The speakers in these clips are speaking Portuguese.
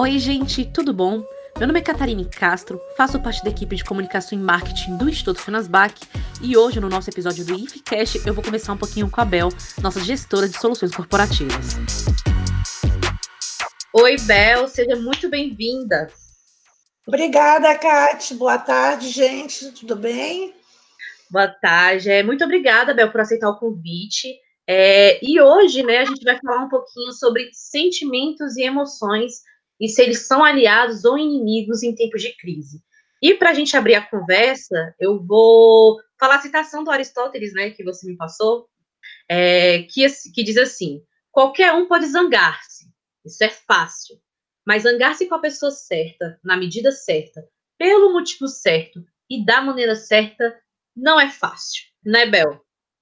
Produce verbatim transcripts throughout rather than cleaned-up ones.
Oi, gente, tudo bom? Meu nome é Catarine Castro, faço parte da equipe de comunicação e marketing do Instituto Fenasbac e hoje, no nosso episódio do IFCast, eu vou conversar um pouquinho com a Bel, nossa gestora de soluções corporativas. Oi, Bel, seja muito bem-vinda. Obrigada, Kate. Boa tarde, gente. Tudo bem? Boa tarde. É, muito obrigada, Bel, por aceitar o convite. É, e hoje, né, a gente vai falar um pouquinho sobre sentimentos e emoções e se eles são aliados ou inimigos em tempos de crise. E para a gente abrir a conversa, eu vou falar a citação do Aristóteles, né, que você me passou, é, que, que diz assim: qualquer um pode zangar-se, isso é fácil, mas zangar-se com a pessoa certa, na medida certa, pelo motivo certo e da maneira certa, não é fácil, né, Bel?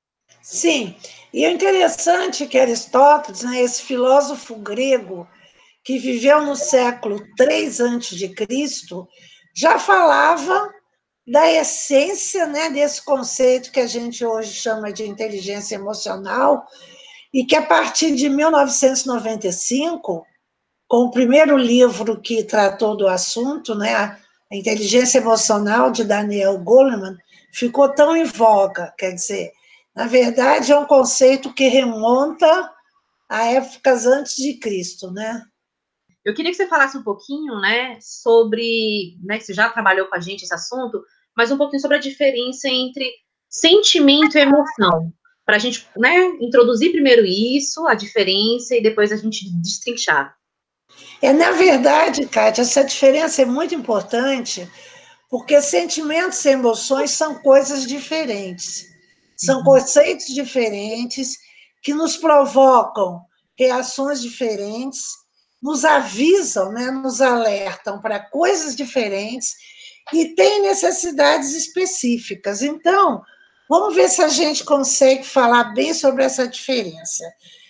Sim, e é interessante que Aristóteles, né, esse filósofo grego que viveu no século três antes de Cristo, já falava da essência, né, desse conceito que a gente hoje chama de inteligência emocional e que a partir de mil novecentos e noventa e cinco, com o primeiro livro que tratou do assunto, né, a Inteligência Emocional de Daniel Goleman, ficou tão em voga. Quer dizer, na verdade, é um conceito que remonta a épocas antes de Cristo, né? Eu queria que você falasse um pouquinho, né, sobre, né, que você já trabalhou com a gente esse assunto, mas um pouquinho sobre a diferença entre sentimento e emoção, para a gente, né, introduzir primeiro isso, a diferença, e depois a gente destrinchar. É, na verdade, Kátia, essa diferença é muito importante, porque sentimentos e emoções são coisas diferentes, são Uhum. conceitos diferentes que nos provocam reações diferentes, nos avisam, né, nos alertam para coisas diferentes e têm necessidades específicas. Então, vamos ver se a gente consegue falar bem sobre essa diferença.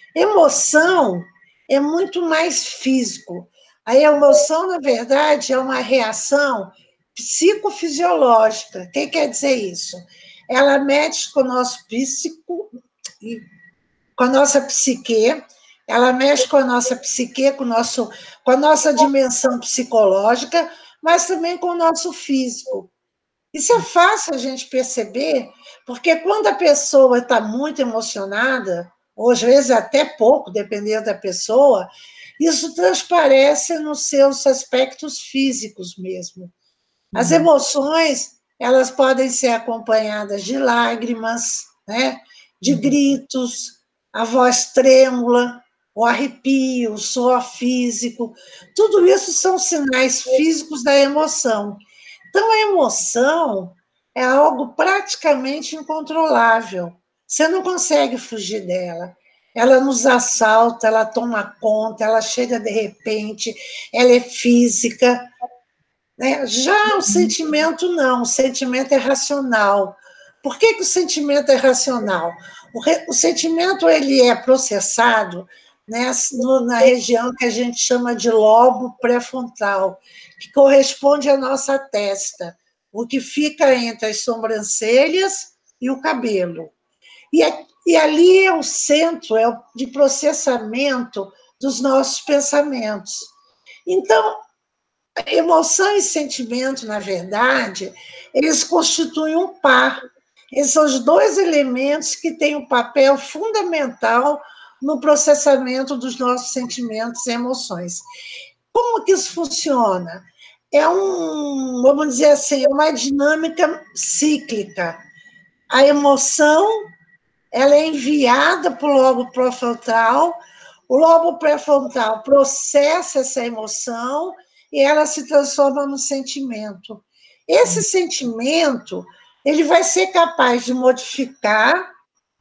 Emoção é muito mais físico. A emoção, na verdade, é uma reação psicofisiológica. O que quer dizer isso? Ela mexe com o nosso psico, com a nossa psique, ela mexe com a nossa psique, com, o nosso, com a nossa dimensão psicológica, mas também com o nosso físico. Isso é fácil a gente perceber, porque quando a pessoa está muito emocionada, ou às vezes até pouco, dependendo da pessoa, isso transparece nos seus aspectos físicos mesmo. As Uhum. emoções, elas podem ser acompanhadas de lágrimas, né? De Uhum. gritos, a voz trêmula, o arrepio, o suor físico, tudo isso são sinais físicos da emoção. Então, a emoção é algo praticamente incontrolável. Você não consegue fugir dela. Ela nos assalta, ela toma conta, ela chega de repente, ela é física, né? Já o sentimento não, o sentimento é racional. Por que, que o sentimento é racional? O, re, o sentimento ele é processado, né, no, na região que a gente chama de lobo pré-frontal, que corresponde à nossa testa, o que fica entre as sobrancelhas e o cabelo. E, e ali é o centro é o, de processamento dos nossos pensamentos. Então, emoção e sentimento, na verdade, eles constituem um par. Esses são os dois elementos que têm um papel fundamental no processamento dos nossos sentimentos e emoções. Como que isso funciona? É um, vamos dizer assim, uma dinâmica cíclica. A emoção, ela é enviada para o lobo pré-frontal, o lobo pré-frontal processa essa emoção e ela se transforma no sentimento. Esse sentimento, ele vai ser capaz de modificar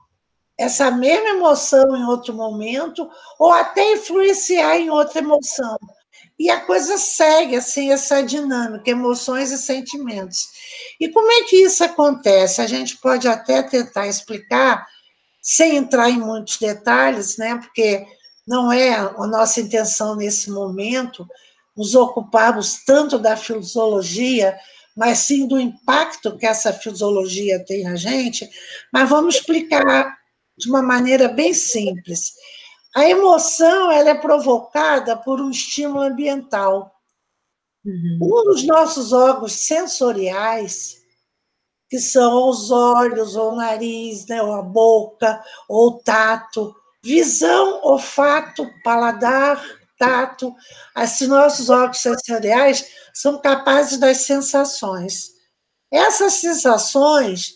essa mesma emoção em outro momento ou até influenciar em outra emoção. E a coisa segue assim essa dinâmica, emoções e sentimentos. E como é que isso acontece? A gente pode até tentar explicar sem entrar em muitos detalhes, né? Porque não é a nossa intenção nesse momento nos ocuparmos tanto da fisiologia, mas sim do impacto que essa fisiologia tem na gente, mas vamos explicar de uma maneira bem simples. A emoção ela é provocada por um estímulo ambiental. Uhum. Um dos nossos órgãos sensoriais, que são os olhos, ou o nariz, né, ou a boca, ou o tato, visão, olfato, paladar, tato, esses nossos órgãos sensoriais são capazes das sensações. Essas sensações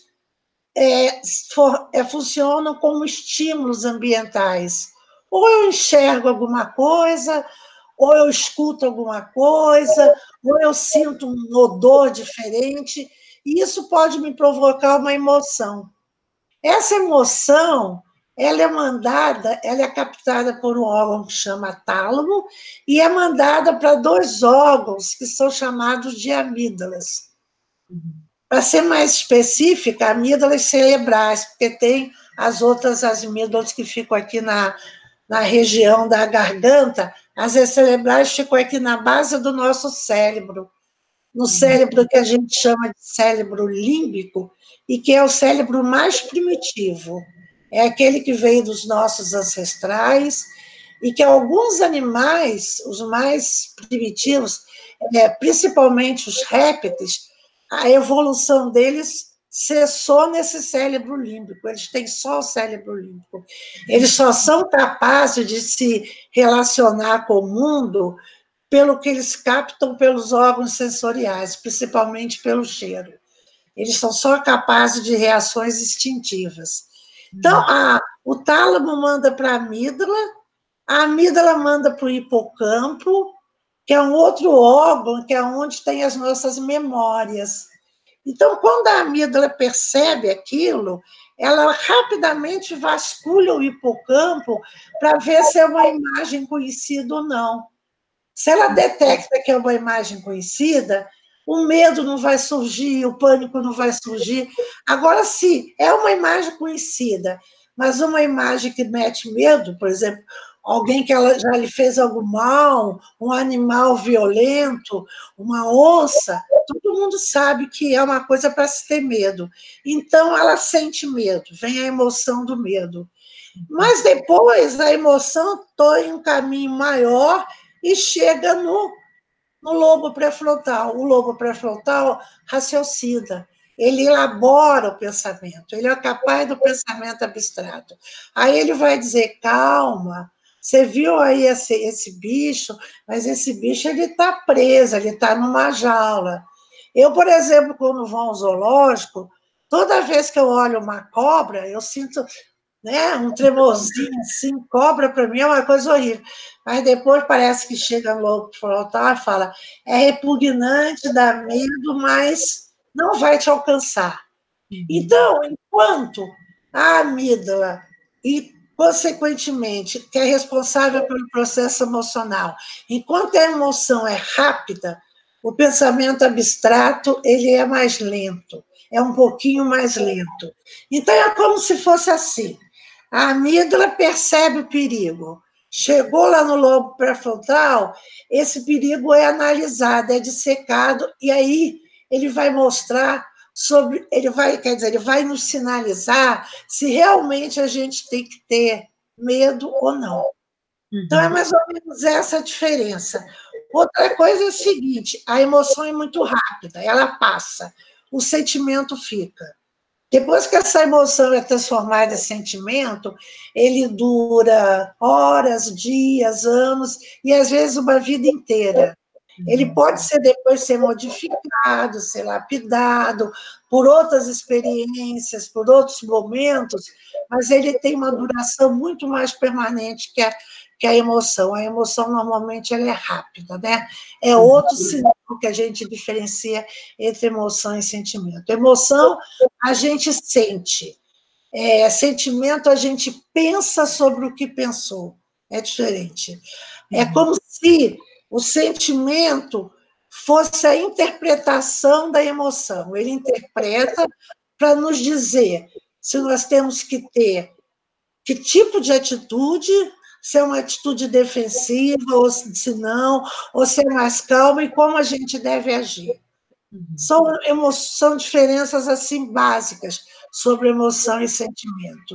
é, for, é, funcionam como estímulos ambientais. Ou eu enxergo alguma coisa, ou eu escuto alguma coisa, ou eu sinto um odor diferente, e isso pode me provocar uma emoção. Essa emoção, ela é mandada, ela é captada por um órgão que chama tálamo, e é mandada para dois órgãos que são chamados de amígdalas. Uhum. Para ser mais específica, amígdalas cerebrais, porque tem as outras as amígdalas que ficam aqui na, na região da garganta, as cerebrais ficam aqui na base do nosso cérebro, no cérebro que a gente chama de cérebro límbico, e que é o cérebro mais primitivo. É aquele que veio dos nossos ancestrais, e que alguns animais, os mais primitivos, é, principalmente os répteis, a evolução deles cessou nesse cérebro límbico, eles têm só o cérebro límbico. Eles só são capazes de se relacionar com o mundo pelo que eles captam pelos órgãos sensoriais, principalmente pelo cheiro. Eles são só capazes de reações instintivas. Então, a, o tálamo manda para a amígdala, a amígdala manda para o hipocampo, que é um outro órgão, que é onde tem as nossas memórias. Então, quando a amígdala percebe aquilo, ela rapidamente vasculha o hipocampo para ver se é uma imagem conhecida ou não. Se ela detecta que é uma imagem conhecida, o medo não vai surgir, o pânico não vai surgir. Agora, se é uma imagem conhecida, mas uma imagem que mete medo, por exemplo, alguém que ela já lhe fez algo mal, um animal violento, uma onça, todo mundo sabe que é uma coisa para se ter medo. Então, ela sente medo, vem a emoção do medo. Mas depois a emoção toma um caminho maior e chega no, no lobo pré-frontal. O lobo pré-frontal raciocina, ele elabora o pensamento, ele é capaz do pensamento abstrato. Aí ele vai dizer, calma, você viu aí esse, esse bicho, mas esse bicho ele está preso, ele está numa jaula. Eu, por exemplo, quando vou ao zoológico, toda vez que eu olho uma cobra, eu sinto, né, um tremorzinho assim, cobra para mim é uma coisa horrível. Mas depois parece que chega no lobo frontal e fala, é repugnante, dá medo, mas não vai te alcançar. Então, enquanto a amígdala, e consequentemente, que é responsável pelo processo emocional, enquanto a emoção é rápida, o pensamento abstrato ele é mais lento, é um pouquinho mais lento. Então, é como se fosse assim. A amígdala percebe o perigo. Chegou lá no lobo pré-frontal, esse perigo é analisado, é dissecado, e aí ele vai mostrar sobre, ele vai, quer dizer, ele vai nos sinalizar se realmente a gente tem que ter medo ou não. Então, é mais ou menos essa a diferença. Outra coisa é o seguinte, a emoção é muito rápida, ela passa, o sentimento fica. Depois que essa emoção é transformada em sentimento, ele dura horas, dias, anos e às vezes uma vida inteira. Ele pode ser depois ser modificado, ser lapidado por outras experiências, por outros momentos, mas ele tem uma duração muito mais permanente que a, que a emoção. A emoção normalmente ela é rápida, né? É outro sinal que a gente diferencia entre emoção e sentimento. Emoção a gente sente, é, sentimento a gente pensa sobre o que pensou. É diferente. É como se o sentimento fosse a interpretação da emoção. Ele interpreta para nos dizer se nós temos que ter que tipo de atitude, se é uma atitude defensiva, ou se não, ou se é mais calma, e como a gente deve agir. São, emo- são diferenças assim básicas sobre emoção e sentimento.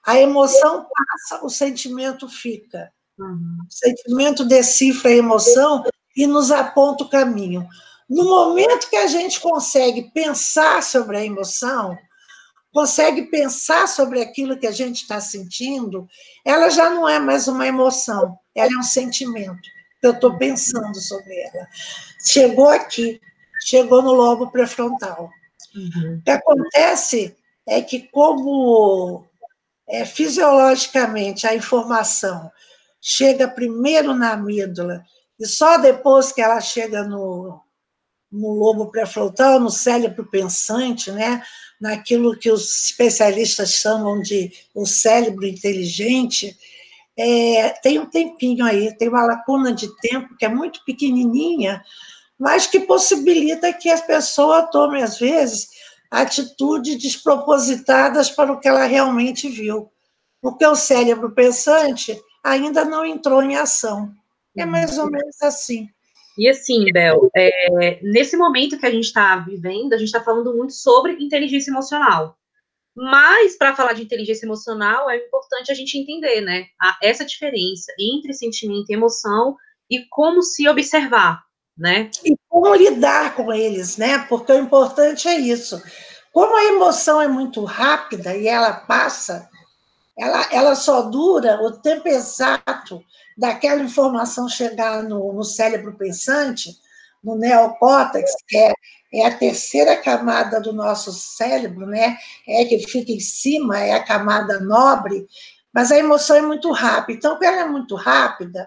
A emoção passa, o sentimento fica. Uhum. O sentimento decifra a emoção e nos aponta o caminho. No momento que a gente consegue pensar sobre a emoção, consegue pensar sobre aquilo que a gente está sentindo, ela já não é mais uma emoção, ela é um sentimento. Eu estou pensando sobre ela. Chegou aqui, chegou no lobo pré-frontal. Uhum. O que acontece é que, como é, fisiologicamente a informação chega primeiro na amígdala e só depois que ela chega no, no lobo pré-frontal, no cérebro pensante, né? Naquilo que os especialistas chamam de o cérebro inteligente, é, tem um tempinho aí, tem uma lacuna de tempo que é muito pequenininha, mas que possibilita que a pessoa tome, às vezes, atitudes despropositadas para o que ela realmente viu. Porque o cérebro pensante ainda não entrou em ação. É mais ou menos assim. E assim, Bel, é, nesse momento que a gente está vivendo, a gente está falando muito sobre inteligência emocional. Mas, para falar de inteligência emocional, é importante a gente entender, né, a, essa diferença entre sentimento e emoção e como se observar, né? E como lidar com eles, né? Porque o importante é isso. Como a emoção é muito rápida e ela passa, ela, ela só dura o tempo exato daquela informação chegar no, no cérebro pensante, no neocórtex, que é, é a terceira camada do nosso cérebro, né? É que fica em cima, é a camada nobre, mas a emoção é muito rápida. Então, quando ela é muito rápida,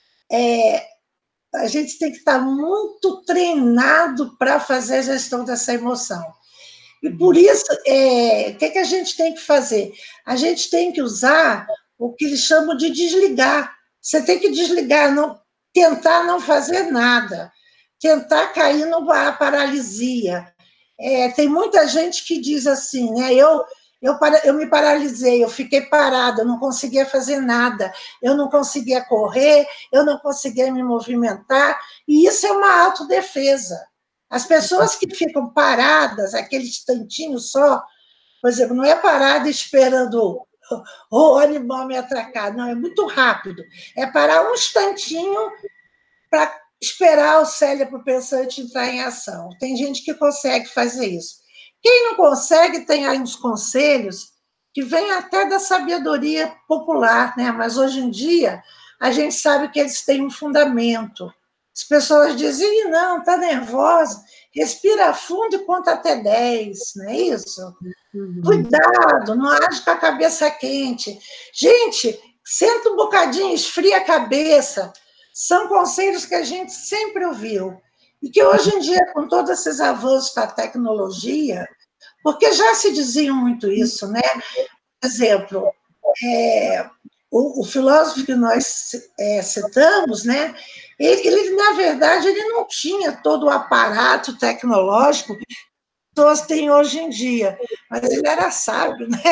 é, a gente tem que estar muito treinado para fazer a gestão dessa emoção. E por isso, é, o que, que a gente tem que fazer? A gente tem que usar o que eles chamam de desligar. Você tem que desligar, não, tentar não fazer nada, tentar cair numa paralisia. É, tem muita gente que diz assim, né? Eu, eu, eu me paralisei, eu fiquei parada, eu não conseguia fazer nada, eu não conseguia correr, eu não conseguia me movimentar, e isso é uma autodefesa. As pessoas que ficam paradas, aquele instantinho só, por exemplo, não é parada esperando o animal me atracar, não, é muito rápido. É parar um instantinho para esperar o cérebro pensante entrar em ação. Tem gente que consegue fazer isso. Quem não consegue, tem aí uns conselhos que vêm até da sabedoria popular, né? Mas hoje em dia a gente sabe que eles têm um fundamento. As pessoas dizem, não, está nervosa, respira fundo e conta até dez, não é isso? Uhum. Cuidado, não age com a cabeça quente. Gente, senta um bocadinho, esfria a cabeça. São conselhos que a gente sempre ouviu. E que hoje em dia, com todos esses avanços da tecnologia, porque já se diziam muito isso, né? Por exemplo, é, o, o, filósofo que nós é, citamos, né? Ele, ele, na verdade, ele não tinha todo o aparato tecnológico que as pessoas têm hoje em dia, mas ele era sábio, né?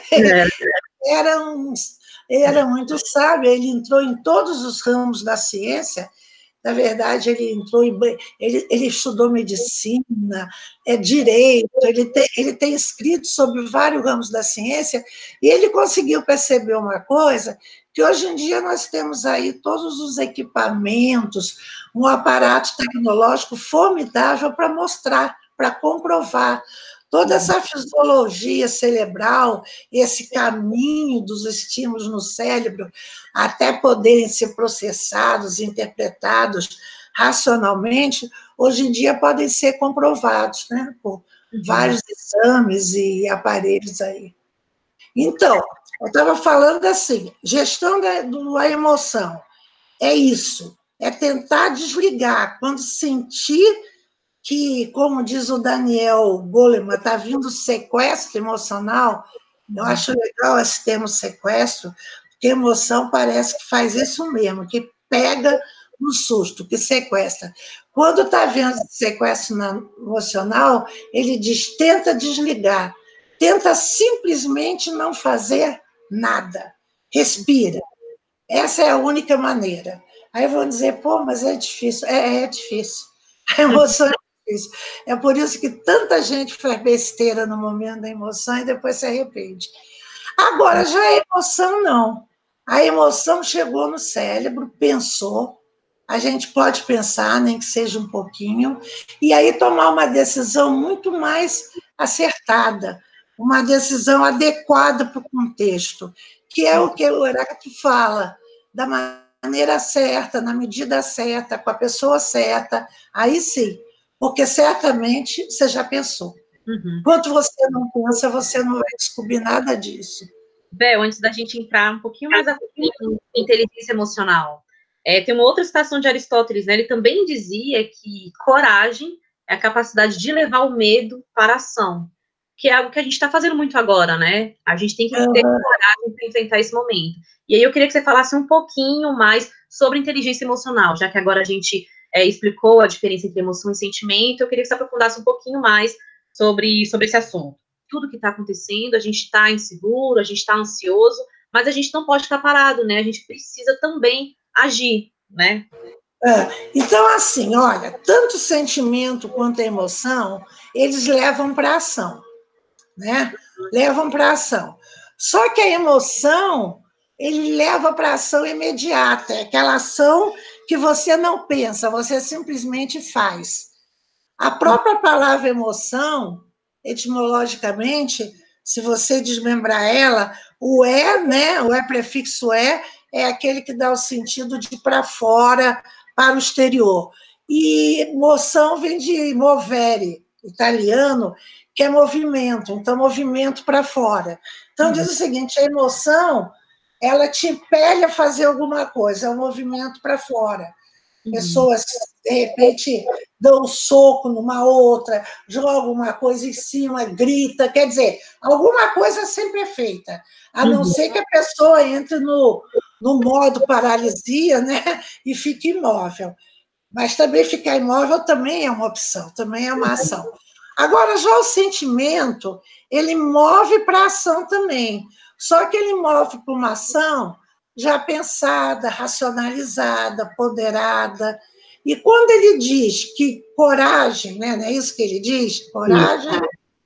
É. Era, um, ele era muito sábio, ele entrou em todos os ramos da ciência. Na verdade, ele entrou em, ele, ele estudou medicina, é, direito, ele tem, ele tem escrito sobre vários ramos da ciência, e ele conseguiu perceber uma coisa, que hoje em dia nós temos aí todos os equipamentos, um aparato tecnológico formidável para mostrar, para comprovar toda essa fisiologia cerebral, esse caminho dos estímulos no cérebro, até poderem ser processados, interpretados racionalmente, hoje em dia podem ser comprovados, né, por uhum. vários exames e aparelhos aí. Então, eu estava falando assim, gestão da, da emoção, é isso, é tentar desligar, quando sentir que, como diz o Daniel Goleman, está vindo sequestro emocional. Eu acho legal esse termo sequestro, porque emoção parece que faz isso mesmo, que pega no susto, que sequestra. Quando está vendo sequestro emocional, ele diz, tenta desligar, tenta simplesmente não fazer nada, respira. Essa é a única maneira. Aí vão dizer, pô, mas é difícil. É, é difícil. A emoção é difícil. É por isso que tanta gente faz besteira no momento da emoção e depois se arrepende. Agora, já a emoção, não. A emoção chegou no cérebro, pensou, a gente pode pensar, nem que seja um pouquinho, e aí tomar uma decisão muito mais acertada, uma decisão adequada para o contexto, que é o que o Heráclito fala, da maneira certa, na medida certa, com a pessoa certa, aí sim, porque certamente você já pensou. Uhum. Enquanto você não pensa, você não vai descobrir nada disso. Bel, antes da gente entrar um pouquinho mais a fundo em inteligência emocional, é, tem uma outra citação de Aristóteles, né? Ele também dizia que coragem é a capacidade de levar o medo para a ação, que é algo que a gente está fazendo muito agora, né? A gente tem que ter coragem para enfrentar esse momento. E aí eu queria que você falasse um pouquinho mais sobre inteligência emocional, já que agora a gente é, explicou a diferença entre emoção e sentimento, eu queria que você aprofundasse um pouquinho mais sobre, sobre esse assunto. Tudo que está acontecendo, a gente está inseguro, a gente está ansioso, mas a gente não pode ficar parado, né? A gente precisa também agir, né? É, então, assim, olha, tanto o sentimento quanto a emoção, eles levam para a ação, né? Levam para a ação. Só que a emoção, ele leva para a ação imediata, é aquela ação que você não pensa, você simplesmente faz. A própria palavra emoção, etimologicamente, se você desmembrar ela, o é, né, o é prefixo é, é aquele que dá o sentido de para fora, para o exterior. E moção vem de movere, italiano, que é movimento, então movimento para fora. Então diz o seguinte, a emoção, ela te impele a fazer alguma coisa, é um movimento para fora. Pessoas, de repente, dão um soco numa outra, jogam uma coisa em cima, grita. Quer dizer, alguma coisa sempre é feita, a não ser que a pessoa entre no, no modo paralisia, né, e fique imóvel. Mas também ficar imóvel também é uma opção, também é uma ação. Agora, já o sentimento, ele move para a ação também. Só que ele move para uma ação já pensada, racionalizada, ponderada. E quando ele diz que coragem, né, não é isso que ele diz? Coragem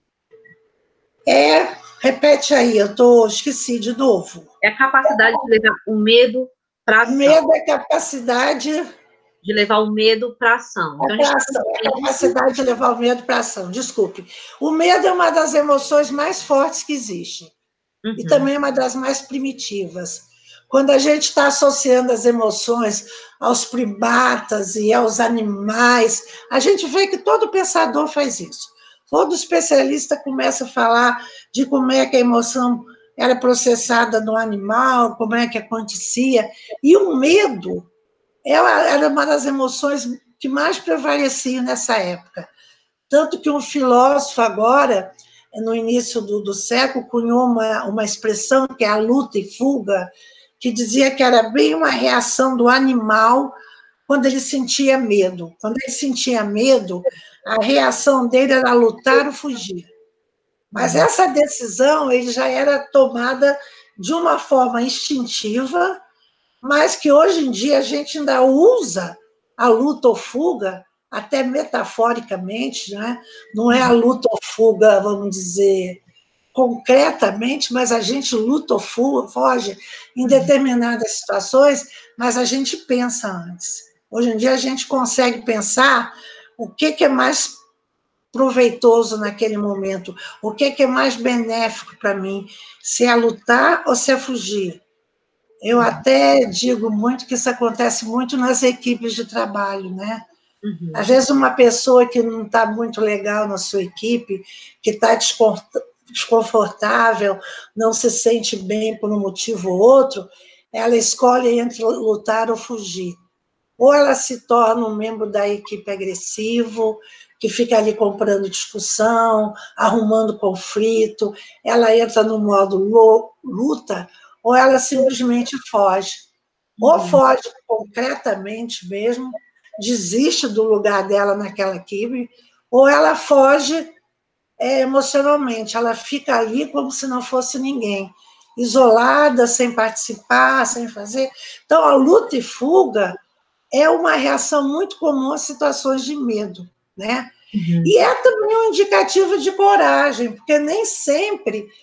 é. Repete aí, eu tô, esqueci de novo. É a capacidade de levar o medo para a ação. Medo é capacidade. De levar o medo para a ação. Então, a ação, é a capacidade de levar o medo para a ação, desculpe. O medo é uma das emoções mais fortes que existe. Uhum. E também é uma das mais primitivas. Quando a gente está associando as emoções aos primatas e aos animais, a gente vê que todo pensador faz isso. Todo especialista começa a falar de como é que a emoção era processada no animal, como é que acontecia. E o medo ela era uma das emoções que mais prevaleciam nessa época. Tanto que um filósofo agora, no início do, do século, cunhou uma, uma expressão que é a luta e fuga, que dizia que era bem uma reação do animal quando ele sentia medo. Quando ele sentia medo, a reação dele era lutar ou fugir. Mas essa decisão ele já era tomada de uma forma instintiva, mas que hoje em dia a gente ainda usa a luta ou fuga, até metaforicamente, né? Não é a luta ou fuga, vamos dizer, concretamente, mas a gente luta ou fuga, foge em determinadas situações, mas a gente pensa antes. Hoje em dia a gente consegue pensar o que, que é mais proveitoso naquele momento, o que, que é mais benéfico para mim, se é lutar ou se é fugir. Eu até digo muito que isso acontece muito nas equipes de trabalho, né? Uhum. Às vezes uma pessoa que não está muito legal na sua equipe, que está desconfortável, não se sente bem por um motivo ou outro, ela escolhe entre lutar ou fugir. Ou ela se torna um membro da equipe agressivo, que fica ali comprando discussão, arrumando conflito, ela entra no modo luta, ou ela simplesmente foge. Ou foge concretamente mesmo, desiste do lugar dela naquela equipe, ou ela foge é, emocionalmente, ela fica ali como se não fosse ninguém, isolada, sem participar, sem fazer. Então, a luta e fuga é uma reação muito comum a situações de medo, né? Uhum. E é também um indicativo de coragem, porque nem sempre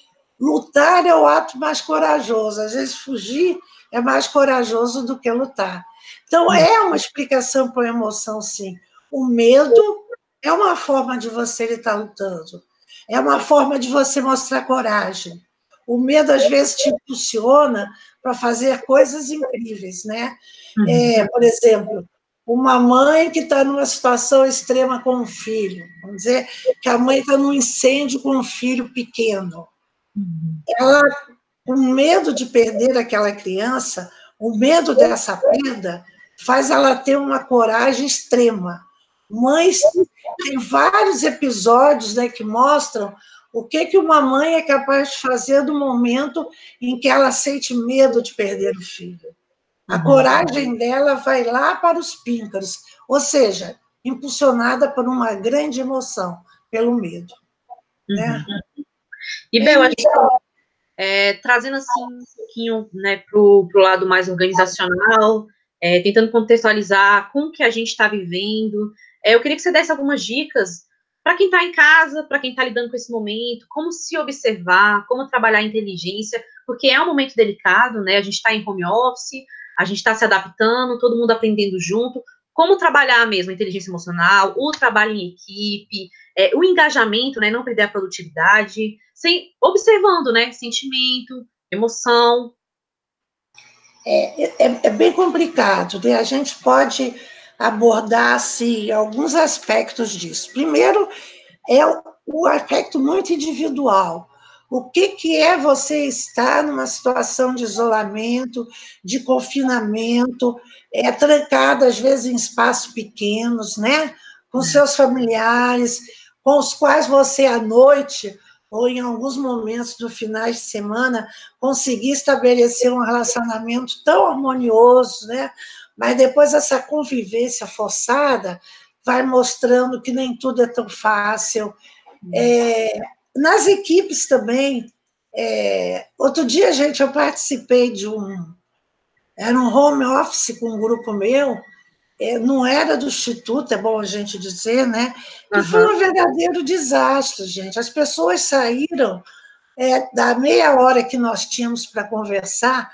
Lutar é o ato mais corajoso. Às vezes, fugir é mais corajoso do que lutar. Então, é uma explicação para a emoção, sim. O medo é uma forma de você estar lutando. É uma forma de você mostrar coragem. O medo, às vezes, te impulsiona para fazer coisas incríveis, né? É, por exemplo, uma mãe que está numa situação extrema com um filho. Vamos dizer que a mãe está num incêndio com um filho pequeno. Ela, com medo de perder aquela criança, o medo dessa perda faz ela ter uma coragem extrema. Mães, tem vários episódios, né, que mostram o que, que uma mãe é capaz de fazer no momento em que ela sente medo de perder o filho. A coragem dela vai lá para os píncaros, ou seja, impulsionada por uma grande emoção, pelo medo. Uhum. Né? E, Bel, acho que, é, trazendo assim um pouquinho, né, para o lado mais organizacional, é, tentando contextualizar com o que a gente está vivendo, é, eu queria que você desse algumas dicas para quem está em casa, para quem está lidando com esse momento, como se observar, como trabalhar a inteligência, porque é um momento delicado, né? A gente está em home office, a gente está se adaptando, todo mundo aprendendo junto, como trabalhar mesmo a inteligência emocional, o trabalho em equipe, é, o engajamento, né? Não perder a produtividade, sem, observando, né? Sentimento, emoção. É, é, é bem complicado, né? A gente pode abordar assim, alguns aspectos disso. Primeiro, é o, o aspecto muito individual. O que, que é você estar numa situação de isolamento, de confinamento, é, trancado, às vezes, em espaços pequenos, né? Com seus familiares, com os quais você, à noite, ou em alguns momentos do finais de semana, conseguir estabelecer um relacionamento tão harmonioso, né? Mas depois essa convivência forçada vai mostrando que nem tudo é tão fácil. É, nas equipes também, é, outro dia, gente, eu participei de um, era um home office com um grupo meu, é, não era do Instituto, é bom a gente dizer, né? Que Uhum. foi um verdadeiro desastre, gente. As pessoas saíram é, da meia hora que nós tínhamos para conversar,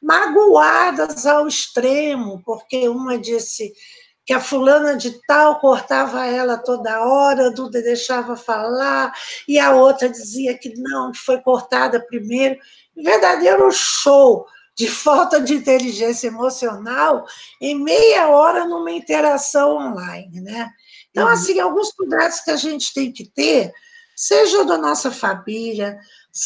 magoadas ao extremo, porque uma disse que a fulana de tal cortava ela toda hora, a Duda deixava falar, e a outra dizia que não, que foi cortada primeiro. Um verdadeiro show de falta de inteligência emocional em meia hora numa interação online, né? Então, assim, alguns cuidados que a gente tem que ter, seja da nossa família,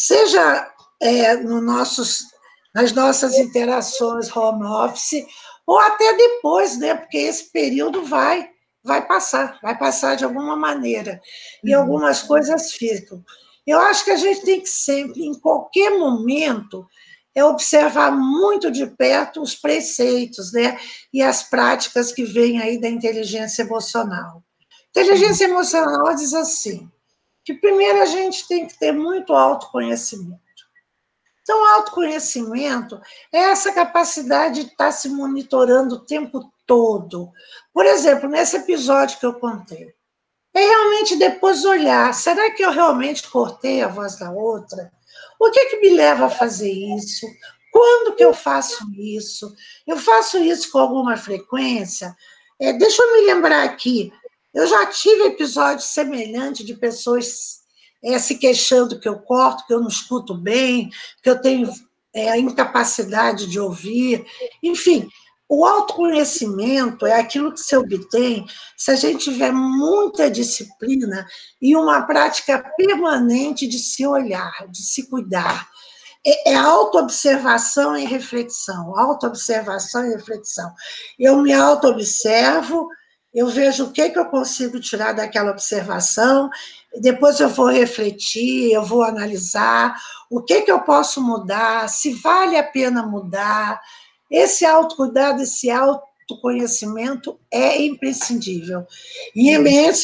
seja é, no nossos, nas nossas interações home office, ou até depois, né? Porque esse período vai, vai passar, vai passar de alguma maneira, e Uhum. algumas coisas ficam. Eu acho que a gente tem que sempre, em qualquer momento, é observar muito de perto os preceitos, né? E as práticas que vêm aí da inteligência emocional. Inteligência emocional diz assim, que primeiro a gente tem que ter muito autoconhecimento. Então, autoconhecimento é essa capacidade de estar se monitorando o tempo todo. Por exemplo, nesse episódio que eu contei, é realmente depois olhar, será que eu realmente cortei a voz da outra? O que, que me leva a fazer isso? Quando que eu faço isso? Eu faço isso com alguma frequência? É, deixa eu me lembrar aqui, eu já tive episódios semelhantes de pessoas é, se queixando que eu corto, que eu não escuto bem, que eu tenho é, a incapacidade de ouvir. Enfim, o autoconhecimento é aquilo que se obtém se a gente tiver muita disciplina e uma prática permanente de se olhar, de se cuidar. É autoobservação e reflexão, autoobservação e reflexão. Eu me autoobservo, eu vejo o que, que eu consigo tirar daquela observação, depois eu vou refletir, eu vou analisar o que, que eu posso mudar, se vale a pena mudar. Esse autocuidado, esse autoconhecimento é imprescindível. Em ambientes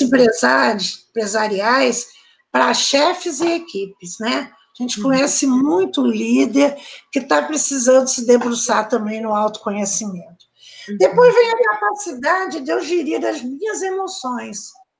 empresariais, para chefes e equipes, né? A gente conhece muito líder que está precisando se debruçar também no autoconhecimento. Depois vem a capacidade de eu gerir as minhas emoções.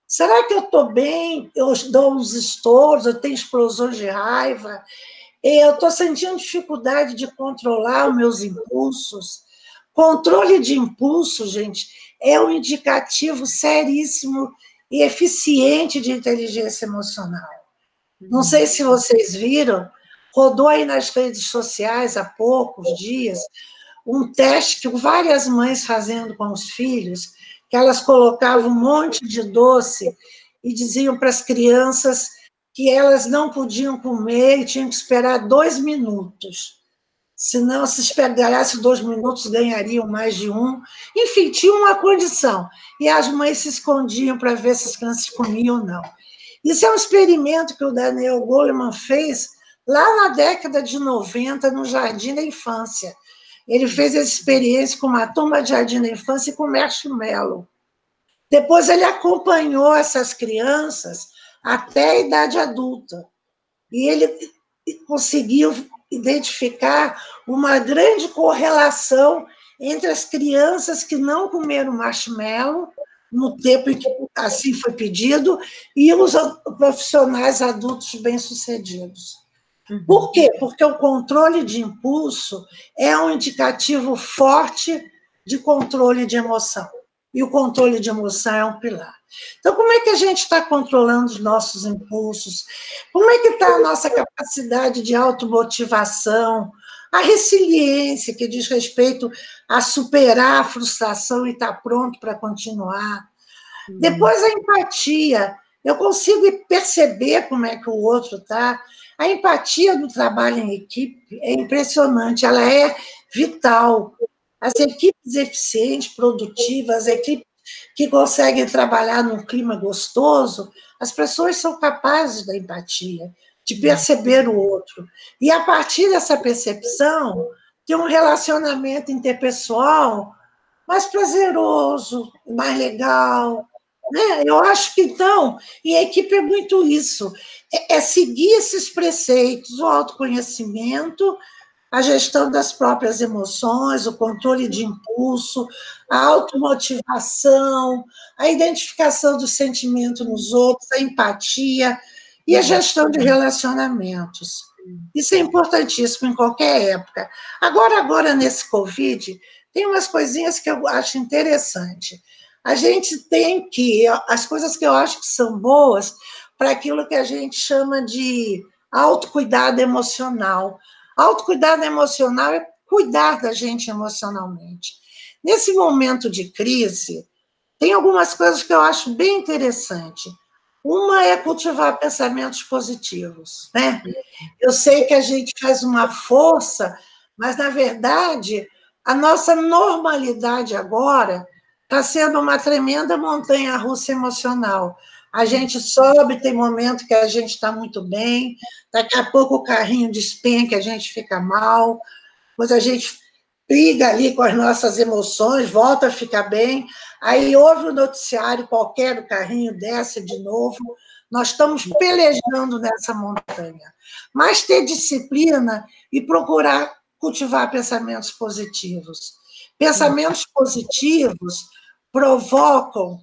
Será que eu estou bem? Eu dou uns estouros, eu tenho explosões de raiva, eu estou sentindo dificuldade de controlar os meus impulsos. Controle de impulso, gente, é um indicativo seríssimo e eficiente de inteligência emocional. Não sei se vocês viram, rodou aí nas redes sociais há poucos dias um teste que várias mães fazendo com os filhos, que elas colocavam um monte de doce e diziam para as crianças que elas não podiam comer e tinham que esperar dois minutos. Se não, se esperasse dois minutos, ganhariam mais de um. Enfim, tinha uma condição. E as mães se escondiam para ver se as crianças comiam ou não. Isso é um experimento que o Daniel Goleman fez lá na década de noventa, no Jardim da Infância. Ele fez essa experiência com uma turma de Jardim da Infância e com marshmallow. Depois ele acompanhou essas crianças até a idade adulta. E ele conseguiu identificar uma grande correlação entre as crianças que não comeram marshmallow, no tempo em que assim foi pedido, e os profissionais adultos bem-sucedidos. Por quê? Porque o controle de impulso é um indicativo forte de controle de emoção. E o controle de emoção é um pilar. Então, como é que a gente está controlando os nossos impulsos? Como é que está a nossa capacidade de automotivação? A resiliência, que diz respeito a superar a frustração e estar pronto para continuar. Uhum. Depois, a empatia. Eu consigo perceber como é que o outro está. A empatia do trabalho em equipe é impressionante, ela é vital. As equipes eficientes, produtivas, as equipes que conseguem trabalhar num clima gostoso, as pessoas são capazes da empatia, de perceber o outro. E, a partir dessa percepção, ter um relacionamento interpessoal mais prazeroso, mais legal. Né? Eu acho que, então, e a equipe é muito isso, é, é seguir esses preceitos, o autoconhecimento, a gestão das próprias emoções, o controle de impulso, a automotivação, a identificação do sentimento nos outros, a empatia e a gestão de relacionamentos. Isso é importantíssimo em qualquer época. Agora, agora nesse Covid, tem umas coisinhas que eu acho interessante. A gente tem que, as coisas que eu acho que são boas para aquilo que a gente chama de autocuidado emocional. Autocuidado emocional é cuidar da gente emocionalmente. Nesse momento de crise, tem algumas coisas que eu acho bem interessante. Uma é cultivar pensamentos positivos, né? Eu sei que a gente faz uma força, mas, na verdade, a nossa normalidade agora está sendo uma tremenda montanha-russa emocional. A gente sobe, tem momento que a gente está muito bem, daqui a pouco o carrinho despenca, a gente fica mal, depois a gente briga ali com as nossas emoções, volta a ficar bem, aí ouve o noticiário qualquer, o carrinho desce de novo. Nós estamos pelejando nessa montanha. Mas ter disciplina e procurar cultivar pensamentos positivos. Pensamentos positivos provocam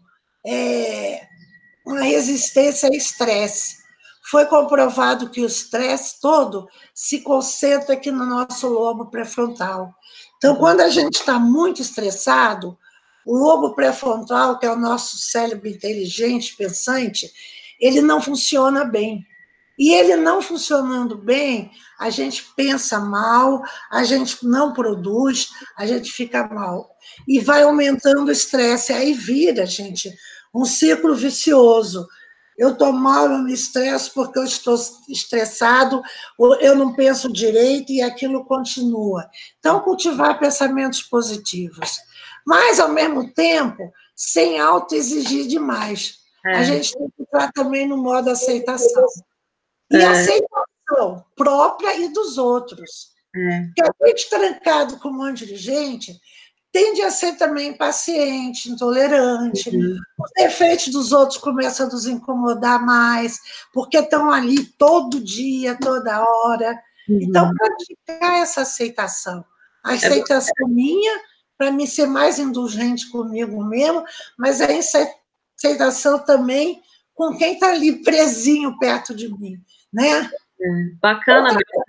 é, uma resistência ao estresse. Foi comprovado que o estresse todo se concentra aqui no nosso lobo pré-frontal. Então, quando a gente está muito estressado, o lobo pré-frontal, que é o nosso cérebro inteligente, pensante, ele não funciona bem. E ele não funcionando bem, a gente pensa mal, a gente não produz, a gente fica mal. E vai aumentando o estresse, aí vira, gente, um ciclo vicioso. Eu estou mal, eu me estresso porque eu estou estressado, eu não penso direito e aquilo continua. Então, cultivar pensamentos positivos. Mas, ao mesmo tempo, sem auto-exigir demais. É. A gente tem que entrar também no modo aceitação. E é. aceitação própria e dos outros. É. Porque a gente trancado com um monte de gente tende a ser também impaciente, intolerante. Uhum. Os defeitos dos outros começam a nos incomodar mais, porque estão ali todo dia, toda hora. Uhum. Então, praticar essa aceitação. A aceitação é minha, para mim ser mais indulgente comigo mesmo, mas a aceitação também com quem está ali presinho perto de mim, né? É, bacana,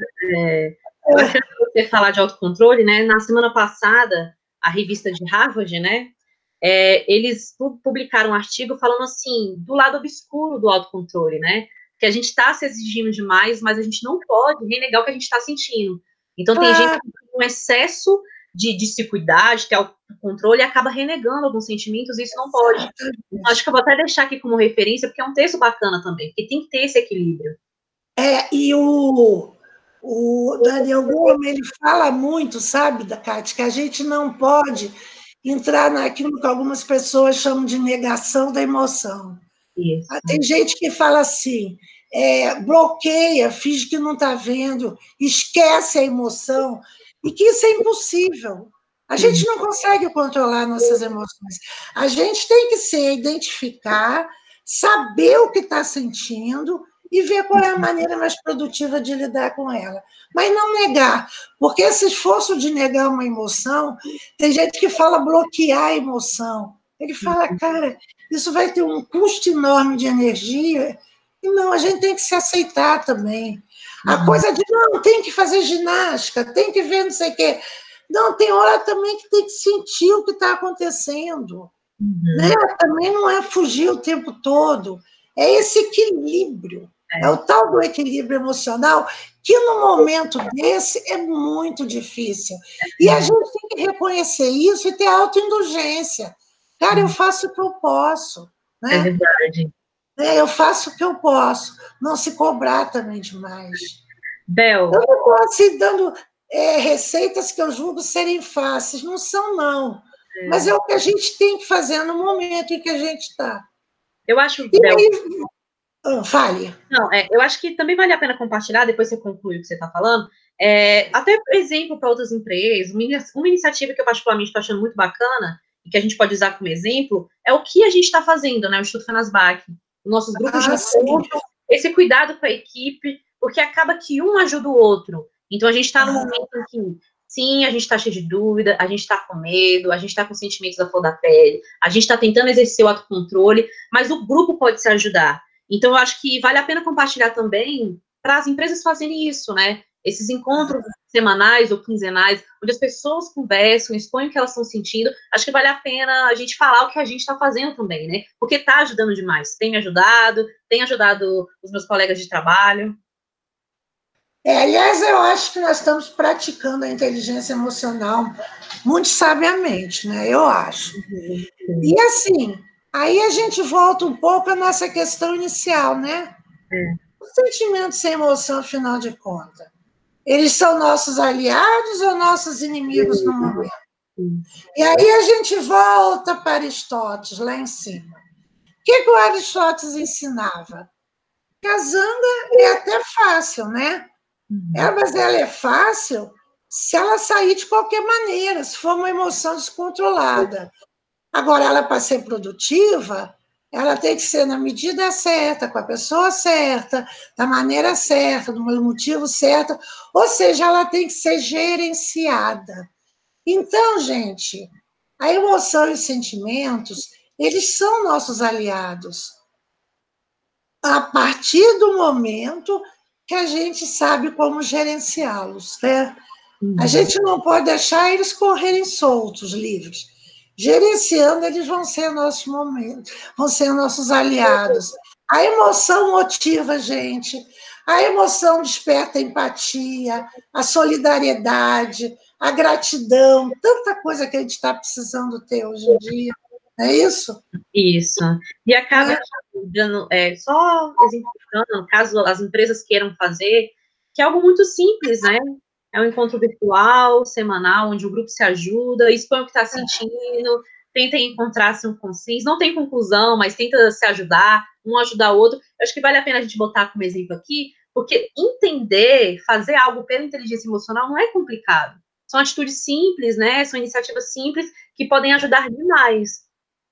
é, bacana você falar de autocontrole, né? Na semana passada, a revista de Harvard, né? É, eles publicaram um artigo falando assim, do lado obscuro do autocontrole, né? Que a gente está se exigindo demais, mas a gente não pode renegar o que a gente está sentindo. Então, tem gente que tem um excesso de, de se cuidar, de ter autocontrole, e acaba renegando alguns sentimentos, e isso não pode. Então, acho que eu vou até deixar aqui como referência, porque é um texto bacana também, porque tem que ter esse equilíbrio. É, e o, o Daniel Goleman, ele fala muito, sabe, da Cátia, que a gente não pode entrar naquilo que algumas pessoas chamam de negação da emoção. Isso. Tem gente que fala assim, é, bloqueia, finge que não está vendo, esquece a emoção, e que isso é impossível. A gente não consegue controlar nossas emoções. A gente tem que se identificar, saber o que está sentindo e ver qual é a maneira mais produtiva de lidar com ela. Mas não negar, porque esse esforço de negar uma emoção, tem gente que fala bloquear a emoção. Ele fala, cara, isso vai ter um custo enorme de energia, e não, a gente tem que se aceitar também. A uhum. coisa de, não, tem que fazer ginástica, tem que ver não sei o quê. Não, tem hora também que tem que sentir o que está acontecendo. Uhum. Né? Também não é fugir o tempo todo, é esse equilíbrio, é. é o tal do equilíbrio emocional, que no momento desse é muito difícil. E a gente tem que reconhecer isso e ter autoindulgência. Cara, eu faço o que eu posso. Né? É verdade. É, eu faço o que eu posso. Não se cobrar também demais. Bel. Eu não estou assim, dando é, receitas que eu julgo serem fáceis. Não são, não. É. Mas é o que a gente tem que fazer no momento em que a gente está. Eu acho, e Bel... aí, oh, fale. Não, é, eu acho que também vale a pena compartilhar, depois você conclui o que você está falando. É, até exemplo para outras empresas, uma, uma iniciativa que eu particularmente estou achando muito bacana, e que a gente pode usar como exemplo, é o que a gente está fazendo, né? O Instituto Fenasbac, nossos grupos ah, de encontro, esse cuidado com a equipe, porque acaba que um ajuda o outro. Então, a gente está no momento em que, sim, a gente está cheio de dúvida, a gente está com medo, a gente está com sentimentos da flor da pele, a gente está tentando exercer o autocontrole, mas o grupo pode se ajudar. Então, eu acho que vale a pena compartilhar também para as empresas fazerem isso, né? Esses encontros semanais ou quinzenais, onde as pessoas conversam, expõem o que elas estão sentindo, acho que vale a pena a gente falar o que a gente está fazendo também, né? Porque está ajudando demais. Tem me ajudado, tem ajudado os meus colegas de trabalho. É, aliás, eu acho que nós estamos praticando a inteligência emocional muito sabiamente, né? Eu acho. Uhum. E assim, aí a gente volta um pouco à nossa questão inicial, né? É. Os sentimentos sem emoção, afinal de contas, eles são nossos aliados ou nossos inimigos no momento? E aí a gente volta para Aristóteles, lá em cima. O que, que o Aristóteles ensinava? Que a zanga é até fácil, né? É, mas ela é fácil se ela sair de qualquer maneira, se for uma emoção descontrolada. Agora, ela, para ser produtiva, ela tem que ser na medida certa, com a pessoa certa, da maneira certa, do motivo certo, ou seja, ela tem que ser gerenciada. Então, gente, a emoção e os sentimentos, eles são nossos aliados. A partir do momento que a gente sabe como gerenciá-los, né? Uhum. A gente não pode deixar eles correrem soltos, livres. Gerenciando, eles vão ser nossos momentos, vão ser nossos aliados. A emoção motiva a gente, a emoção desperta a empatia, a solidariedade, a gratidão, tanta coisa que a gente está precisando ter hoje em dia. Não é isso? Isso. E acaba, é. dando, é, só exemplificando, caso as empresas queiram fazer, que é algo muito simples, né? É um encontro virtual, semanal, onde o grupo se ajuda, expõe o que está sentindo, tenta encontrar-se um consenso, não tem conclusão, mas tenta se ajudar, um ajudar o outro. Eu acho que vale a pena a gente botar como exemplo aqui, porque entender, fazer algo pela inteligência emocional não é complicado. São atitudes simples, né? São iniciativas simples que podem ajudar demais.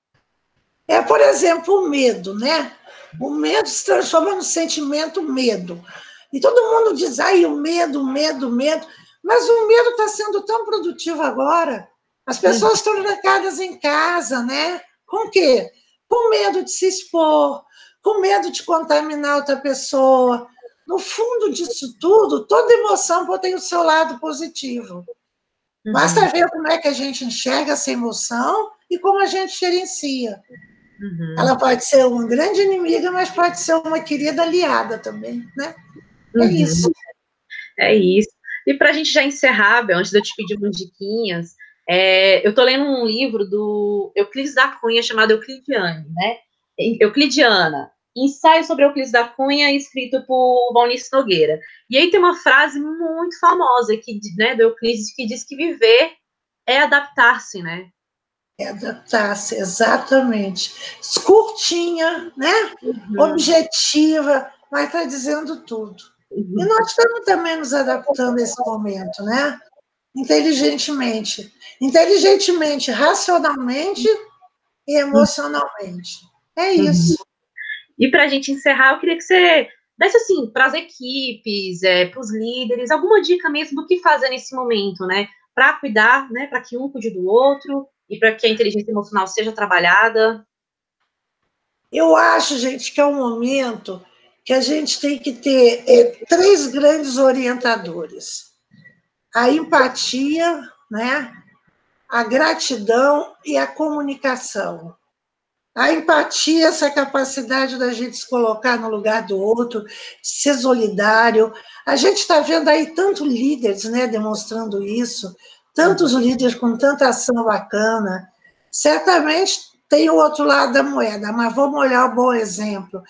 É, por exemplo, o medo, né? O medo se transforma no sentimento medo. E todo mundo diz, ai, o medo, medo, medo. Mas o medo está sendo tão produtivo agora. As pessoas estão trancadas em casa, né? Com o quê? com medo de se expor, com medo de contaminar outra pessoa. No fundo disso tudo, toda emoção tem o seu lado positivo. Uhum. Basta ver como é que a gente enxerga essa emoção e como a gente gerencia. Uhum. Ela pode ser uma grande inimiga, mas pode ser uma querida aliada também, né? É uhum. isso. É isso. E para a gente já encerrar, Bel, antes de eu te pedir umas diquinhas, é, eu estou lendo um livro do Euclides da Cunha chamado Euclidiane, né? Euclidiana. Ensaio sobre Euclides da Cunha, escrito por Valnice Nogueira. E aí tem uma frase muito famosa que, né, do Euclides que diz que viver é adaptar-se, né? É adaptar-se, exatamente. Curtinha, né? Uhum. Objetiva, mas está dizendo tudo. Uhum. E nós estamos também nos adaptando a esse momento, né? Inteligentemente. Inteligentemente, racionalmente e emocionalmente. É isso. Uhum. E para a gente encerrar, eu queria que você desse, assim, para as equipes, é, para os líderes, alguma dica mesmo do que fazer nesse momento, né? Para cuidar, né? Para que um cuide do outro e para que a inteligência emocional seja trabalhada. Eu acho, gente, que é um momento que a gente tem que ter é, três grandes orientadores. A empatia, né? A gratidão e a comunicação. A empatia, essa capacidade da gente se colocar no lugar do outro, ser solidário. A gente está vendo aí tantos líderes, né, demonstrando isso, tantos líderes com tanta ação bacana. Certamente tem o outro lado da moeda, mas vamos olhar o bom exemplo.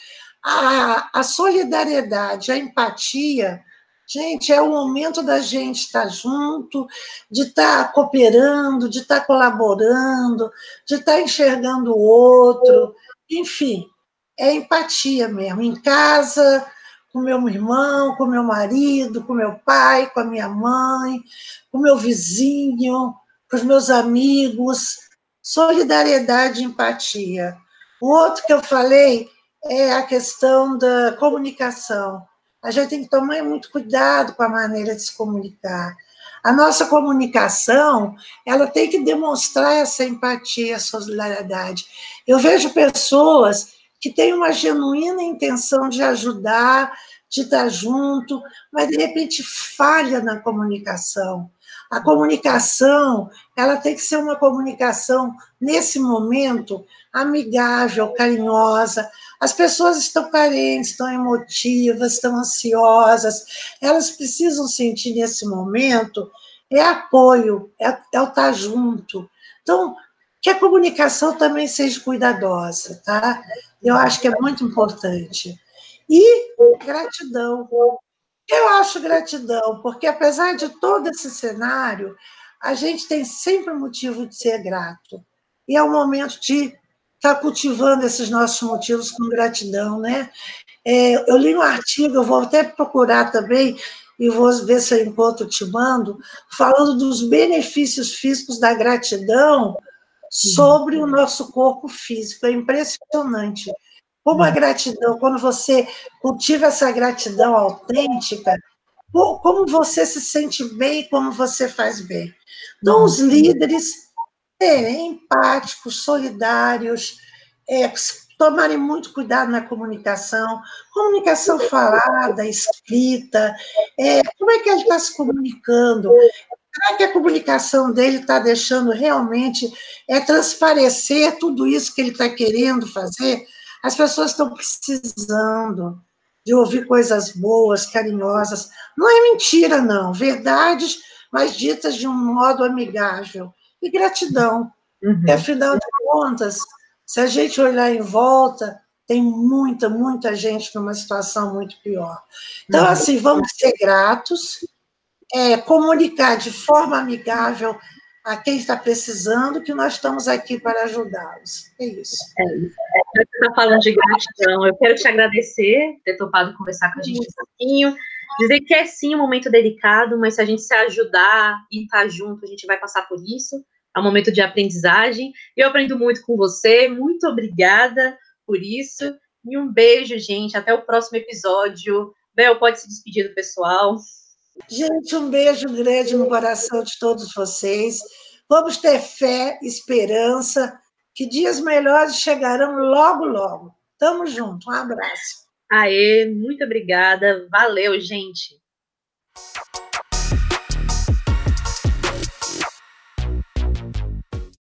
A, a solidariedade, a empatia, gente, é o momento da gente estar junto, de estar cooperando, de estar colaborando, de estar enxergando o outro, enfim, é empatia mesmo. Em casa, com meu irmão, com meu marido, com meu pai, com a minha mãe, com meu vizinho, com os meus amigos. Solidariedade e empatia. O outro que eu falei é a questão da comunicação. A gente tem que tomar muito cuidado com a maneira de se comunicar. A nossa comunicação, ela tem que demonstrar essa empatia, essa solidariedade. Eu vejo pessoas que têm uma genuína intenção de ajudar, de estar junto, mas, de repente, falha na comunicação. A comunicação, ela tem que ser uma comunicação, nesse momento, amigável, carinhosa. As pessoas estão carentes, estão emotivas, estão ansiosas, elas precisam sentir nesse momento é apoio, é, é o estar junto. Então, que a comunicação também seja cuidadosa, tá? Eu acho que é muito importante. E gratidão. Eu acho gratidão, porque apesar de todo esse cenário, a gente tem sempre motivo de ser grato. E é o momento de estar cultivando esses nossos motivos com gratidão, né? É, eu li um artigo, eu vou até procurar também, e vou ver se eu encontro, te mando, falando dos benefícios físicos da gratidão sobre o nosso corpo físico. É impressionante. Como a gratidão, quando você cultiva essa gratidão autêntica, como você se sente bem, como você faz bem. Então, os líderes serem empáticos, solidários, é, tomarem muito cuidado na comunicação, comunicação falada, escrita, é, como é que ele está se comunicando? Será que a comunicação dele está deixando realmente é, transparecer tudo isso que ele está querendo fazer? As pessoas estão precisando de ouvir coisas boas, carinhosas. Não é mentira, não. Verdades, mas ditas de um modo amigável. E gratidão. Uhum. Porque, afinal de contas, se a gente olhar em volta, tem muita, muita gente numa situação muito pior. Então, uhum. assim, vamos ser gratos, é, comunicar de forma amigável a quem está precisando, que nós estamos aqui para ajudá-los. É isso. É isso. Você está falando de gratidão. Eu quero te agradecer por ter topado conversar com a gente um pouquinho. Dizer que é sim um momento delicado, mas se a gente se ajudar e estar junto, a gente vai passar por isso. É um momento de aprendizagem. Eu aprendo muito com você. Muito obrigada por isso. E um beijo, gente. Até o próximo episódio. Bel, pode se despedir do pessoal. Gente, um beijo grande no coração de todos vocês. Vamos ter fé, esperança que dias melhores chegarão logo, logo. Tamo junto, um abraço. Aê, muito obrigada. Valeu, gente.